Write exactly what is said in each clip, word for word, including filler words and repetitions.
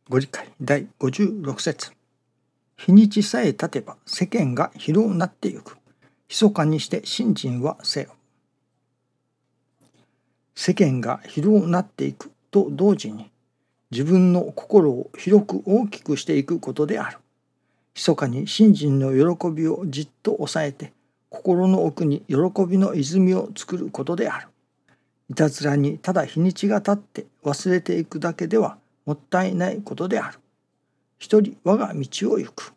ご理解だいごじゅうろく節。日にちさえ経てば世間が広くなってゆく。密かにして信心はせよ。世間が広くなっていくと同時に、自分の心を広く大きくしていくことである。密かに信心の喜びをじっと抑えて、心の奥に喜びの泉を作ることである。いたずらにただ日にちが経って忘れていくだけではもったいないことである。一人我が道を行く。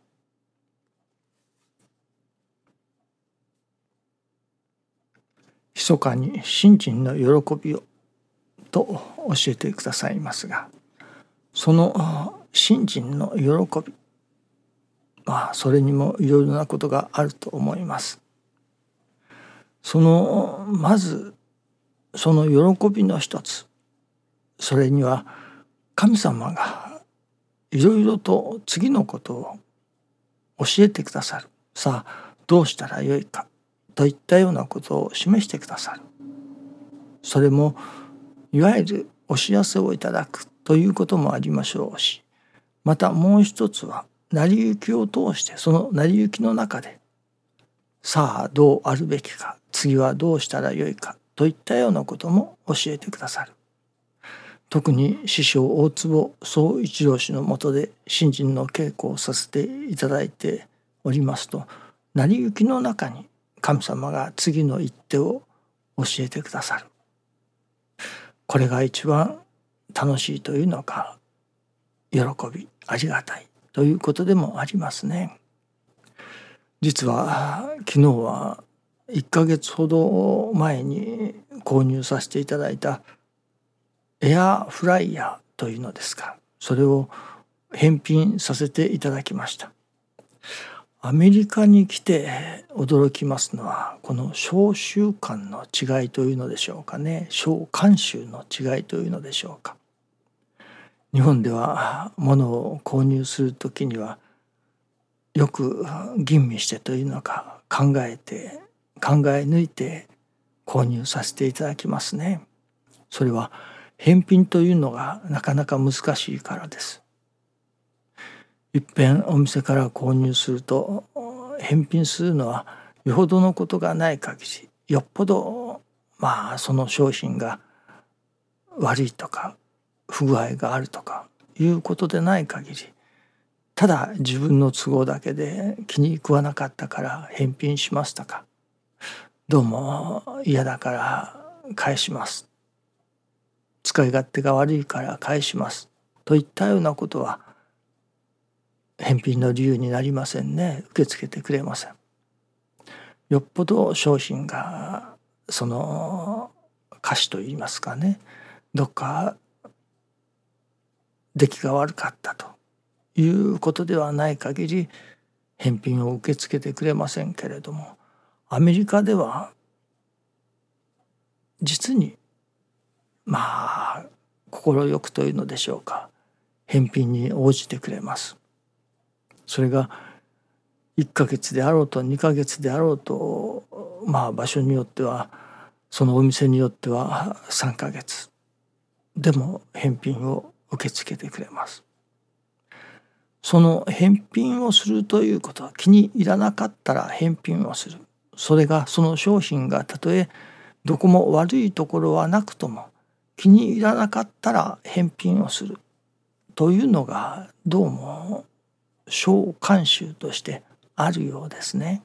密かに信心の喜びをと教えてくださいますが、その信心の喜び、まあそれにもいろいろなことがあると思います。そのまずその喜びの一つ、それには神様がいろいろと次のことを教えてくださる。さあどうしたらよいかといったようなことを示してくださる。それもいわゆるお知らせをいただくということもありましょうし、またもう一つは成り行きを通して、その成り行きの中でさあどうあるべきか、次はどうしたらよいかといったようなことも教えてくださる。特に師匠大坪宗一郎氏のもとで信心の稽古をさせていただいておりますと、成り行きの中に神様が次の一手を教えてくださる。これが一番楽しいというのか、喜びありがたいということでもありますね。実は昨日はいっかげつほど前に購入させていただいたエアフライヤーというのですか、それを返品させていただきました。アメリカに来て驚きますのは、この商習慣の違いというのでしょうかね、商慣習の違いというのでしょうか。日本では物を購入するときにはよく吟味してというのか、考えて考え抜いて購入させていただきますね。それは返品というのがなかなか難しいからです。いっぺんお店から購入すると返品するのはよほどのことがない限り、よっぽどまあその商品が悪いとか不具合があるとかいうことでない限り、ただ自分の都合だけで気に食わなかったから返品しますとか、どうも嫌だから返します、使い勝手が悪いから返しますといったようなことは返品の理由になりませんね。受け付けてくれません。よっぽど商品がその瑕疵といいますかね、どっか出来が悪かったということではない限り返品を受け付けてくれませんけれども、アメリカでは実にまあ快くというのでしょうか、返品に応じてくれます。それがいっかげつであろうとにかげつであろうと、まあ場所によっては、そのお店によってはさんかげつでも返品を受け付けてくれます。その返品をするということは、気に入らなかったら返品をする。それがその商品がたとえどこも悪いところはなくとも気に入らなかったら返品をするというのがどうも商慣習としてあるようですね。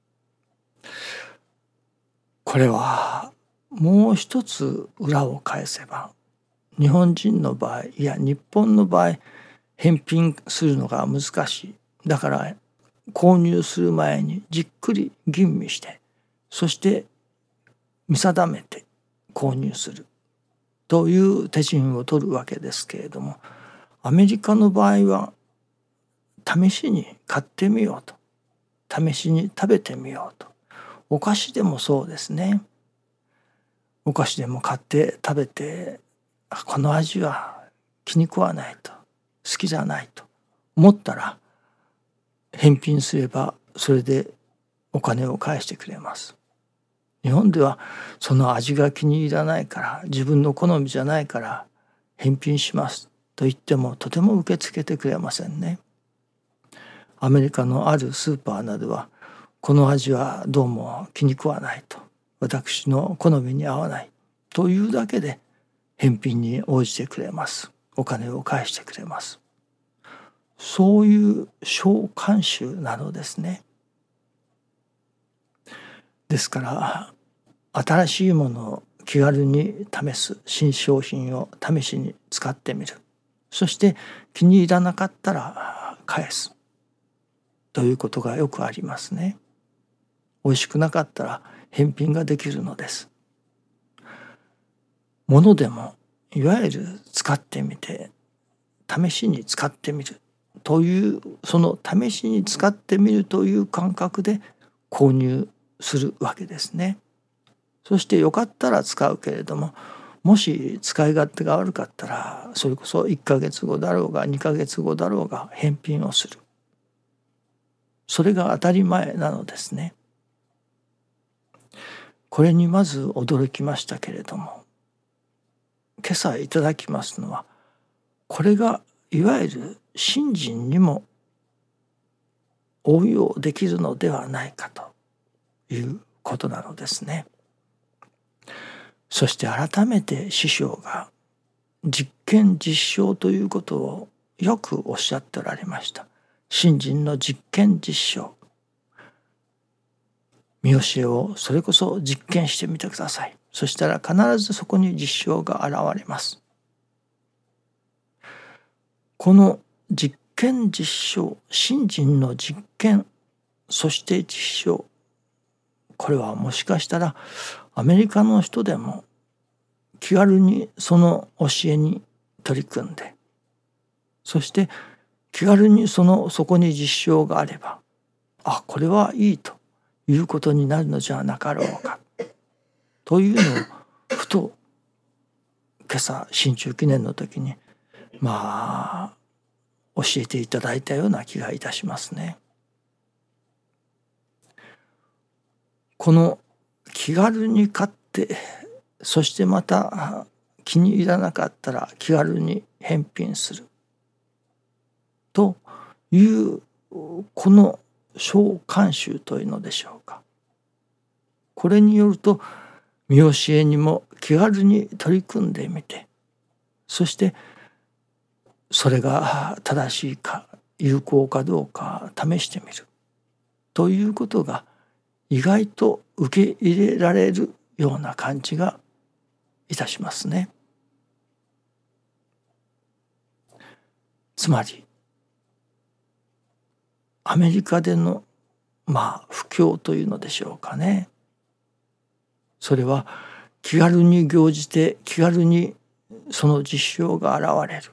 これはもう一つ裏を返せば、日本人の場合、いや日本の場合、返品するのが難しい。だから購入する前にじっくり吟味して、そして見定めて購入するという手順を取るわけですけれども、アメリカの場合は試しに買ってみようと、試しに食べてみようと。お菓子でもそうですね。お菓子でも買って食べて、この味は気に食わないと、好きじゃないと思ったら返品すればそれでお金を返してくれます。日本ではその味が気に入らないから、自分の好みじゃないから返品しますと言ってもとても受け付けてくれませんね。アメリカのあるスーパーなどは、この味はどうも気に食わないと、私の好みに合わないというだけで返品に応じてくれます。お金を返してくれます。そういう小慣習なのですね。ですから新しいものを気軽に試す、新商品を試しに使ってみる、そして気に入らなかったら返すということがよくありますね。美味しくなかったら返品ができるのです。ものでもいわゆる使ってみて、試しに使ってみるという、その試しに使ってみるという感覚で購入するわけですね。そしてよかったら使うけれども、もし使い勝手が悪かったら、それこそいっかげつごだろうがにかげつごだろうが返品をする。それが当たり前なのですね。これにまず驚きましたけれども、今朝いただきますのは、これがいわゆる信心にも応用できるのではないかということなのですね。そして改めて師匠が実験実証ということをよくおっしゃっておられました。信心の実験実証。見教えをそれこそ実験してみてください。そしたら必ずそこに実証が現れます。この実験実証、信心の実験、そして実証、これはもしかしたらアメリカの人でも気軽にその教えに取り組んで、そして気軽にそのそこに実証があれば、あ、これはいいということになるのじゃなかろうかというのをふと今朝新中記念の時にまあ教えていただいたような気がいたしますね。この気軽に買って、そしてまた気に入らなかったら気軽に返品するというこの小慣習というのでしょうか。これによると見教えにも気軽に取り組んでみて、そしてそれが正しいか有効かどうか試してみるということが意外と受け入れられるような感じがいたしますね。つまりアメリカでのまあ布教というのでしょうかね。それは気軽に行じて気軽にその実証が現れる、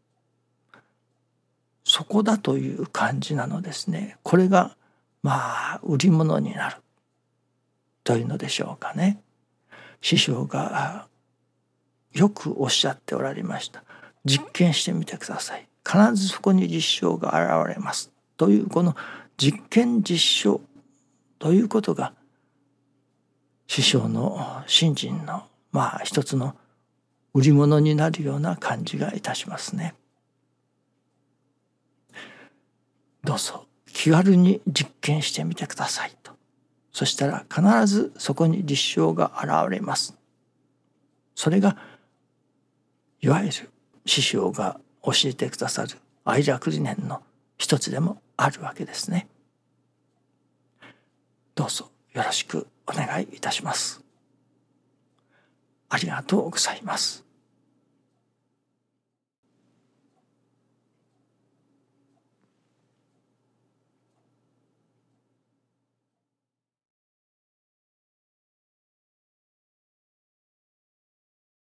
そこだという感じなのですね。これがまあ売り物になるというのでしょうかね。師匠がよくおっしゃっておられました。実験してみてください。必ずそこに実証が現れますという、この実験実証ということが師匠の信心のまあ一つの売り物になるような感じがいたしますね。どうぞ気軽に実験してみてくださいと。そしたら必ずそこに実証が現れます。それがいわゆる師匠が教えてくださる愛楽理念の一つでもあるわけですね。どうぞよろしくお願いいたします。ありがとうございます。